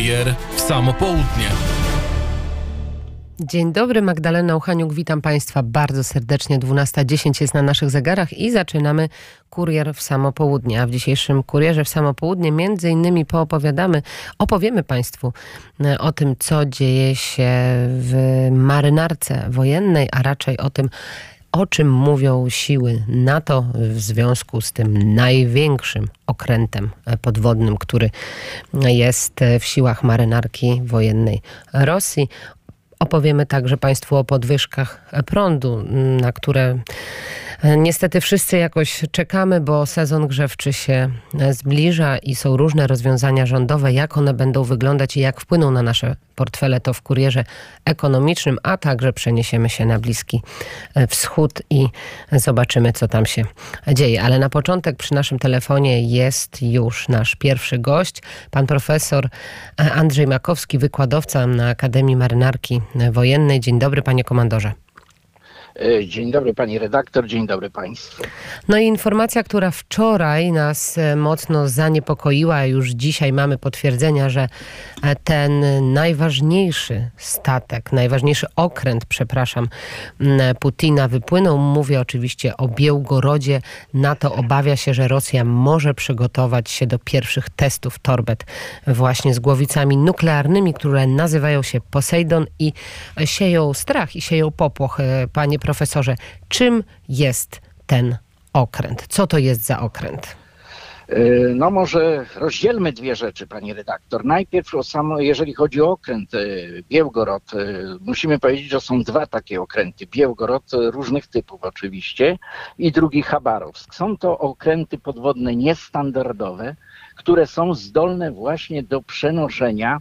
Kurier w samo południe. Dzień dobry, Magdalena Uchaniuk, witam Państwa bardzo serdecznie. 12:10 jest na naszych zegarach i zaczynamy Kurier w samo południe. A w dzisiejszym Kurierze w samo południe między innymi opowiemy Państwu o tym, co dzieje się w marynarce wojennej, a raczej o tym, o czym mówią siły NATO w związku z tym największym okrętem podwodnym, który jest w siłach marynarki wojennej Rosji. Opowiemy także Państwu o podwyżkach prądu, na które niestety wszyscy jakoś czekamy, bo sezon grzewczy się zbliża i są różne rozwiązania rządowe. Jak one będą wyglądać i jak wpłyną na nasze portfele, to w Kurierze Ekonomicznym, a także przeniesiemy się na Bliski Wschód i zobaczymy, co tam się dzieje. Ale na początek przy naszym telefonie jest już nasz pierwszy gość, pan profesor Andrzej Makowski, wykładowca na Akademii Marynarki Wojennej. Dzień dobry, panie komandorze. Dzień dobry pani redaktor, dzień dobry państwu. No i informacja, która wczoraj nas mocno zaniepokoiła, a już dzisiaj mamy potwierdzenia, że ten najważniejszy okręt, Putina wypłynął. Mówię oczywiście o Białgorodzie. NATO obawia się, że Rosja może przygotować się do pierwszych testów torbet właśnie z głowicami nuklearnymi, które nazywają się Poseidon i sieją strach i sieją popłoch. Panie profesorze, czym jest ten okręt? Co to jest za okręt? No może rozdzielmy dwie rzeczy, pani redaktor. Najpierw jeżeli chodzi o okręt Białgorod, musimy powiedzieć, że są dwa takie okręty. Białgorod różnych typów oczywiście i drugi Chabarowsk. Są to okręty podwodne niestandardowe, które są zdolne właśnie do przenoszenia,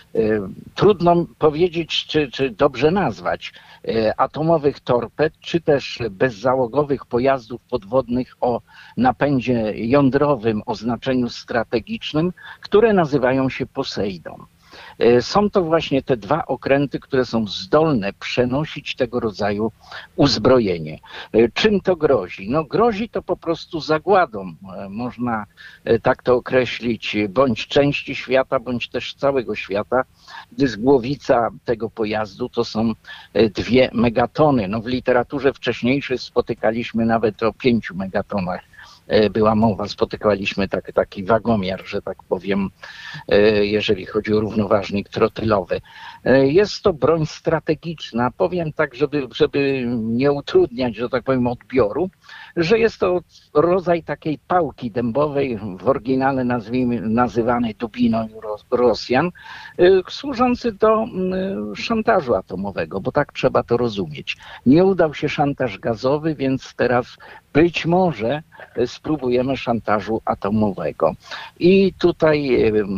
trudno powiedzieć, czy dobrze nazwać, atomowych torped, czy też bezzałogowych pojazdów podwodnych o napędzie jądrowym o znaczeniu strategicznym, które nazywają się Poseidon. Są to właśnie te dwa okręty, które są zdolne przenosić tego rodzaju uzbrojenie. Czym to grozi? No grozi to po prostu zagładą. Można tak to określić, bądź części świata, bądź też całego świata, gdyż głowica tego pojazdu to są 2 megatony. No w literaturze wcześniejszej spotykaliśmy nawet o 5 megatonach. Była mowa, spotykaliśmy taki wagomiar, że tak powiem, jeżeli chodzi o równoważnik trotylowy. Jest to broń strategiczna, powiem tak, żeby nie utrudniać, że tak powiem, odbioru, że jest to rodzaj takiej pałki dębowej, w oryginale nazywanej dubiną Rosjan, służący do szantażu atomowego, bo tak trzeba to rozumieć. Nie udał się szantaż gazowy, więc teraz być może spróbujemy szantażu atomowego. I tutaj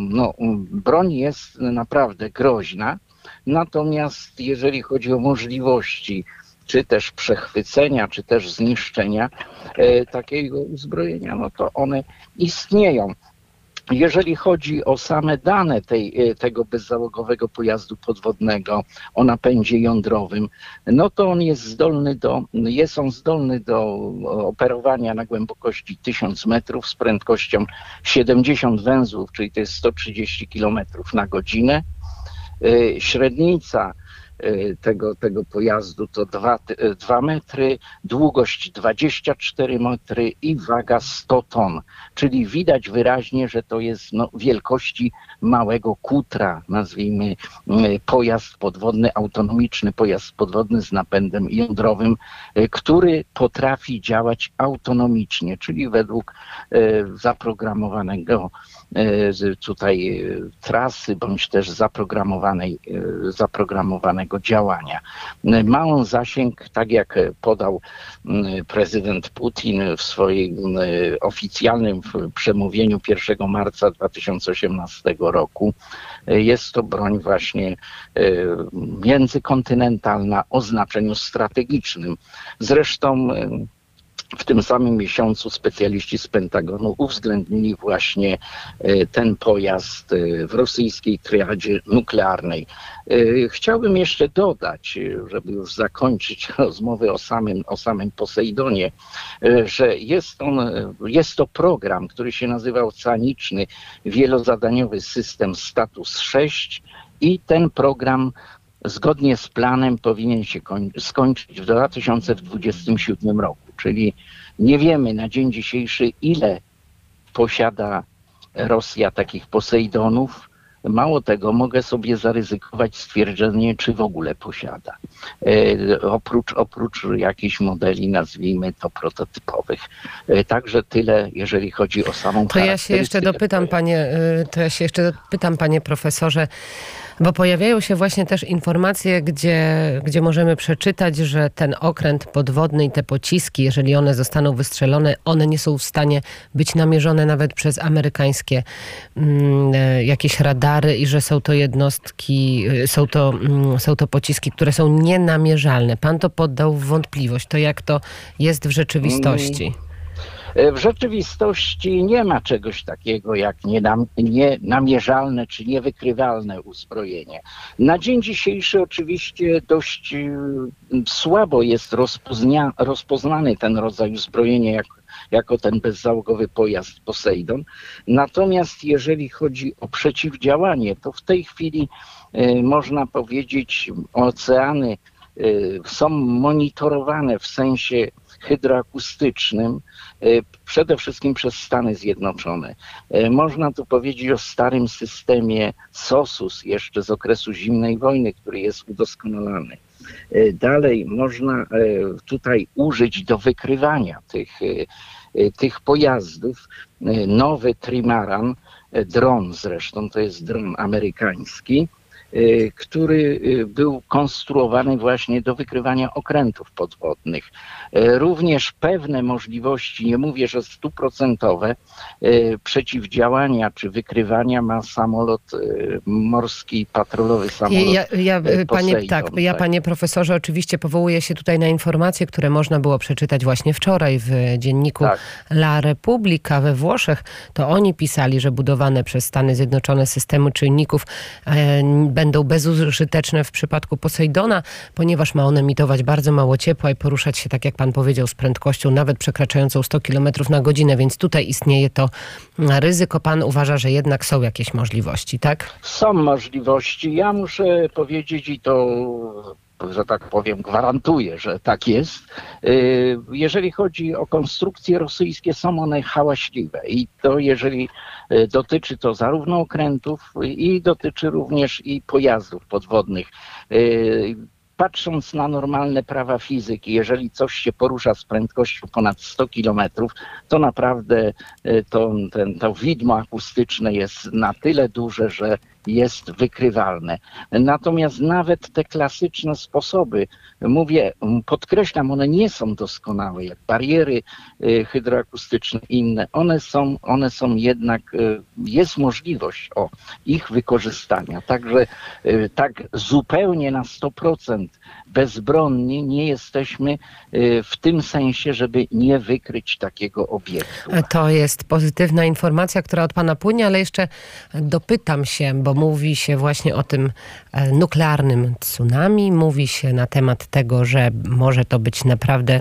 broń jest naprawdę groźna, natomiast jeżeli chodzi o możliwości czy też przechwycenia, czy też zniszczenia takiego uzbrojenia, no to one istnieją. Jeżeli chodzi o same dane tego bezzałogowego pojazdu podwodnego o napędzie jądrowym, no to on jest zdolny do operowania na głębokości 1000 metrów z prędkością 70 węzłów, czyli to jest 130 km na godzinę. Średnica tego pojazdu to 2 metry, długość 24 metry i waga 100 ton. Czyli widać wyraźnie, że to jest wielkości małego kutra, nazwijmy pojazd podwodny, autonomiczny pojazd podwodny z napędem jądrowym, który potrafi działać autonomicznie, czyli według zaprogramowanego tutaj trasy, bądź też zaprogramowanego działania. Ma on zasięg, tak jak podał prezydent Putin w swoim oficjalnym przemówieniu 1 marca 2018 roku. Jest to broń właśnie międzykontynentalna o znaczeniu strategicznym. Zresztą w tym samym miesiącu specjaliści z Pentagonu uwzględnili właśnie ten pojazd w rosyjskiej triadzie nuklearnej. Chciałbym jeszcze dodać, żeby już zakończyć rozmowę o samym Posejdonie, że jest to program, który się nazywa Oceaniczny Wielozadaniowy System Status 6 i ten program zgodnie z planem powinien się skończyć w 2027 roku. Czyli nie wiemy na dzień dzisiejszy, ile posiada Rosja takich Posejdonów. Mało tego, mogę sobie zaryzykować stwierdzenie, czy w ogóle posiada. Oprócz jakichś modeli, nazwijmy to prototypowych. Także tyle, jeżeli chodzi o samą To ja się jeszcze dopytam, panie profesorze, bo pojawiają się właśnie też informacje, gdzie możemy przeczytać, że ten okręt podwodny i te pociski, jeżeli one zostaną wystrzelone, one nie są w stanie być namierzone nawet przez amerykańskie jakieś radary i że są to jednostki, są to pociski, które są nienamierzalne. Pan to poddał w wątpliwość. To jak to jest w rzeczywistości? W rzeczywistości nie ma czegoś takiego jak nienamierzalne czy niewykrywalne uzbrojenie. Na dzień dzisiejszy oczywiście dość słabo jest rozpoznany ten rodzaj uzbrojenia jako ten bezzałogowy pojazd Poseidon. Natomiast jeżeli chodzi o przeciwdziałanie, to w tej chwili można powiedzieć, oceany są monitorowane w sensie hydroakustycznym, przede wszystkim przez Stany Zjednoczone. Można tu powiedzieć o starym systemie SOSUS jeszcze z okresu zimnej wojny, który jest udoskonalany. Dalej można tutaj użyć do wykrywania tych pojazdów nowy Trimaran, dron zresztą, to jest dron amerykański, który był konstruowany właśnie do wykrywania okrętów podwodnych. Również pewne możliwości, nie mówię, że 100%, przeciwdziałania czy wykrywania ma samolot morski, patrolowy samolot Poseidon. Panie profesorze, oczywiście powołuję się tutaj na informacje, które można było przeczytać właśnie wczoraj w dzienniku La Repubblica we Włoszech. To oni pisali, że budowane przez Stany Zjednoczone systemy czujników będą bezużyteczne w przypadku Poseidona, ponieważ ma on emitować bardzo mało ciepła i poruszać się, tak jak pan powiedział, z prędkością nawet przekraczającą 100 km na godzinę, więc tutaj istnieje to ryzyko. Pan uważa, że jednak są jakieś możliwości, tak? Są możliwości. Ja muszę powiedzieć i to, że tak powiem, gwarantuję, że tak jest. Jeżeli chodzi o konstrukcje rosyjskie, są one hałaśliwe i to jeżeli dotyczy to zarówno okrętów i dotyczy również i pojazdów podwodnych. Patrząc na normalne prawa fizyki, jeżeli coś się porusza z prędkością ponad 100 km, to naprawdę to widmo akustyczne jest na tyle duże, że jest wykrywalne. Natomiast nawet te klasyczne sposoby, podkreślam, one nie są doskonałe, jak bariery hydroakustyczne i inne. One są jednak, jest możliwość ich wykorzystania. Także tak zupełnie na 100% bezbronni nie jesteśmy w tym sensie, żeby nie wykryć takiego obiektu. To jest pozytywna informacja, która od pana płynie, ale jeszcze dopytam się, bo mówi się właśnie o tym nuklearnym tsunami, mówi się na temat tego, że może to być naprawdę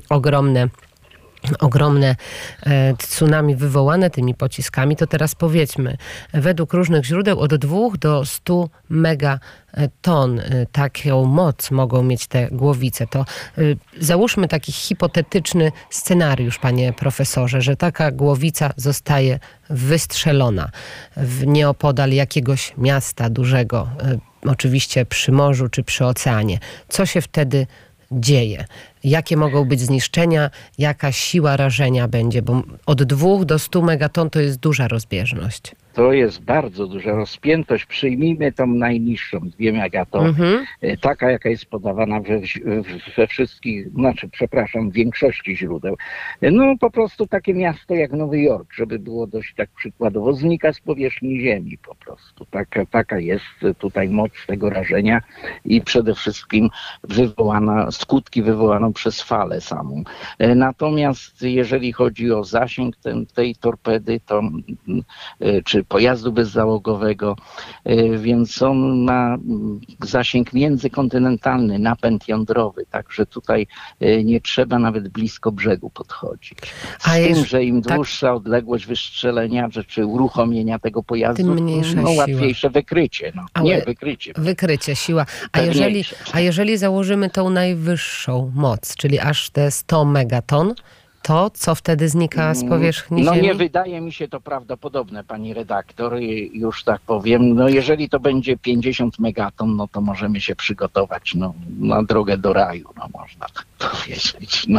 ogromne tsunami wywołane tymi pociskami. To teraz powiedzmy, według różnych źródeł od 2 do 100 megaton taką moc mogą mieć te głowice. To załóżmy taki hipotetyczny scenariusz, panie profesorze, że taka głowica zostaje wystrzelona nieopodal jakiegoś miasta dużego, oczywiście przy morzu czy przy oceanie. Co się wtedy dzieje? Jakie mogą być zniszczenia? Jaka siła rażenia będzie? Bo od 2 do 100 megaton to jest duża rozbieżność. to jest bardzo duża rozpiętość. Przyjmijmy tą najniższą, 2 megatony, taka jaka jest podawana we wszystkich, w większości źródeł. No po prostu takie miasto jak Nowy Jork, żeby było dość tak przykładowo, znika z powierzchni ziemi po prostu. Taka jest tutaj moc tego rażenia i przede wszystkim skutki wywołaną przez falę samą. Natomiast jeżeli chodzi o zasięg tej torpedy, to czy pojazdu bezzałogowego, więc on ma zasięg międzykontynentalny, napęd jądrowy, także tutaj nie trzeba nawet blisko brzegu podchodzić. Tym, że im dłuższa odległość wystrzelenia czy uruchomienia tego pojazdu, tym mniejsza siła. Łatwiejsze wykrycie. Wykrycie, siła. A jeżeli założymy tą najwyższą moc, czyli aż te 100 megaton, to co wtedy znika z powierzchni ziemi? Nie wydaje mi się to prawdopodobne, pani redaktor, już tak powiem. No jeżeli to będzie 50 megaton, no to możemy się przygotować na drogę do raju, można tak powiedzieć.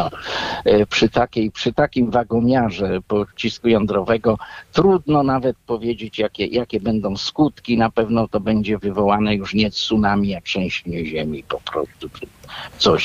Przy takim wagomiarze pocisku jądrowego trudno nawet powiedzieć, jakie będą skutki. Na pewno to będzie wywołane już nie tsunami, a trzęsienie ziemi po prostu. Coś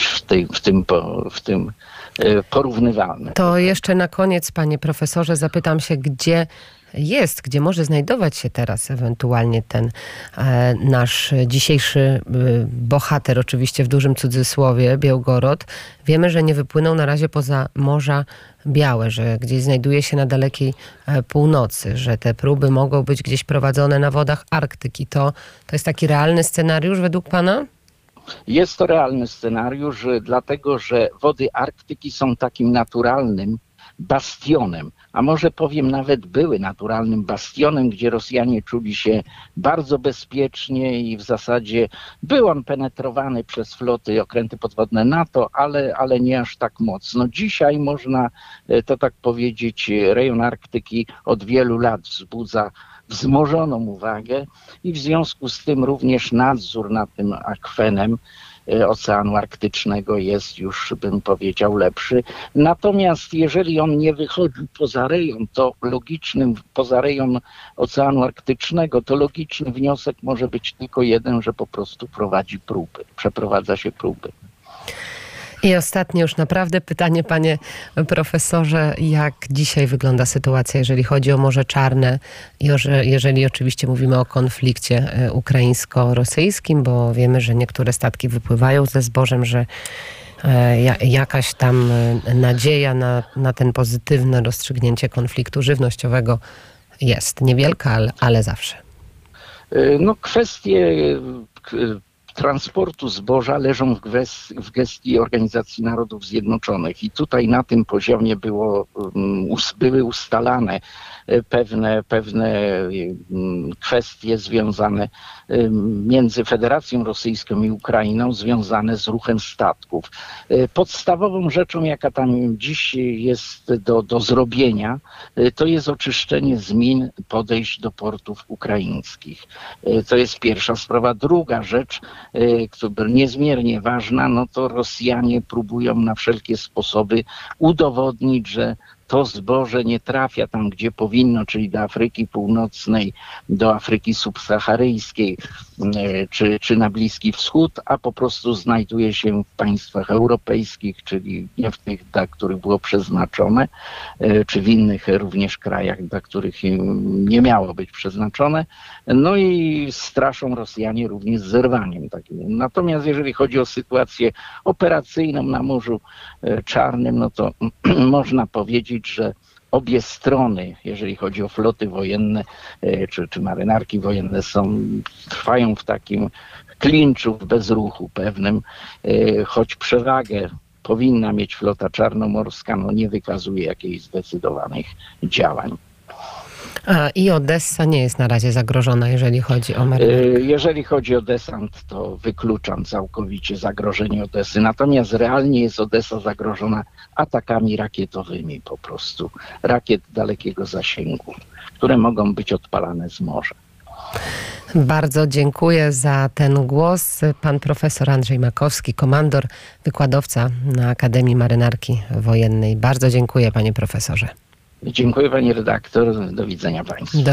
w tym porównywalne. To jeszcze na koniec, panie profesorze, zapytam się, gdzie może znajdować się teraz ewentualnie ten nasz dzisiejszy bohater, oczywiście w dużym cudzysłowie, Białgorod. Wiemy, że nie wypłynął na razie poza Morza Białe, że gdzieś znajduje się na dalekiej północy, że te próby mogą być gdzieś prowadzone na wodach Arktyki. To jest taki realny scenariusz według pana? Jest to realny scenariusz, dlatego że wody Arktyki są takim naturalnym bastionem, a może powiem nawet były naturalnym bastionem, gdzie Rosjanie czuli się bardzo bezpiecznie i w zasadzie był on penetrowany przez floty, okręty podwodne NATO, ale nie aż tak mocno. Dzisiaj można to tak powiedzieć, rejon Arktyki od wielu lat wzbudza wzmożoną uwagę i w związku z tym również nadzór nad tym akwenem Oceanu Arktycznego jest już, bym powiedział, lepszy. Natomiast jeżeli on nie wychodzi poza rejon, poza rejon Oceanu Arktycznego, to logiczny wniosek może być tylko jeden, że po prostu przeprowadza się próby. I ostatnie już naprawdę pytanie, panie profesorze, jak dzisiaj wygląda sytuacja, jeżeli chodzi o Morze Czarne i jeżeli oczywiście mówimy o konflikcie ukraińsko-rosyjskim, bo wiemy, że niektóre statki wypływają ze zbożem, że jakaś tam nadzieja na ten pozytywne rozstrzygnięcie konfliktu żywnościowego jest. Niewielka, ale zawsze. Kwestie transportu zboża leżą w gestii Organizacji Narodów Zjednoczonych i tutaj na tym poziomie były ustalane pewne kwestie związane między Federacją Rosyjską i Ukrainą, związane z ruchem statków. Podstawową rzeczą, jaka tam dziś jest do zrobienia, to jest oczyszczenie z min podejść do portów ukraińskich. To jest pierwsza sprawa. Druga rzecz, która niezmiernie ważna, to Rosjanie próbują na wszelkie sposoby udowodnić, że to zboże nie trafia tam, gdzie powinno, czyli do Afryki Północnej, do Afryki Subsaharyjskiej czy na Bliski Wschód, a po prostu znajduje się w państwach europejskich, czyli nie w tych, dla których było przeznaczone, czy w innych również krajach, dla których nie miało być przeznaczone. I straszą Rosjanie również zerwaniem takim. Natomiast jeżeli chodzi o sytuację operacyjną na Morzu Czarnym, to można powiedzieć, że obie strony, jeżeli chodzi o floty wojenne czy marynarki wojenne, trwają w takim klinczu, w bezruchu pewnym, choć przewagę powinna mieć flota czarnomorska, nie wykazuje jakichś zdecydowanych działań. I Odessa nie jest na razie zagrożona, jeżeli chodzi o marynarkę? Jeżeli chodzi o desant, to wykluczam całkowicie zagrożenie Odessy. Natomiast realnie jest Odessa zagrożona atakami rakietowymi po prostu. Rakiet dalekiego zasięgu, które mogą być odpalane z morza. Bardzo dziękuję za ten głos. Pan profesor Andrzej Makowski, komandor, wykładowca na Akademii Marynarki Wojennej. Bardzo dziękuję, panie profesorze. Dziękuję, pani redaktor. Do widzenia państwu.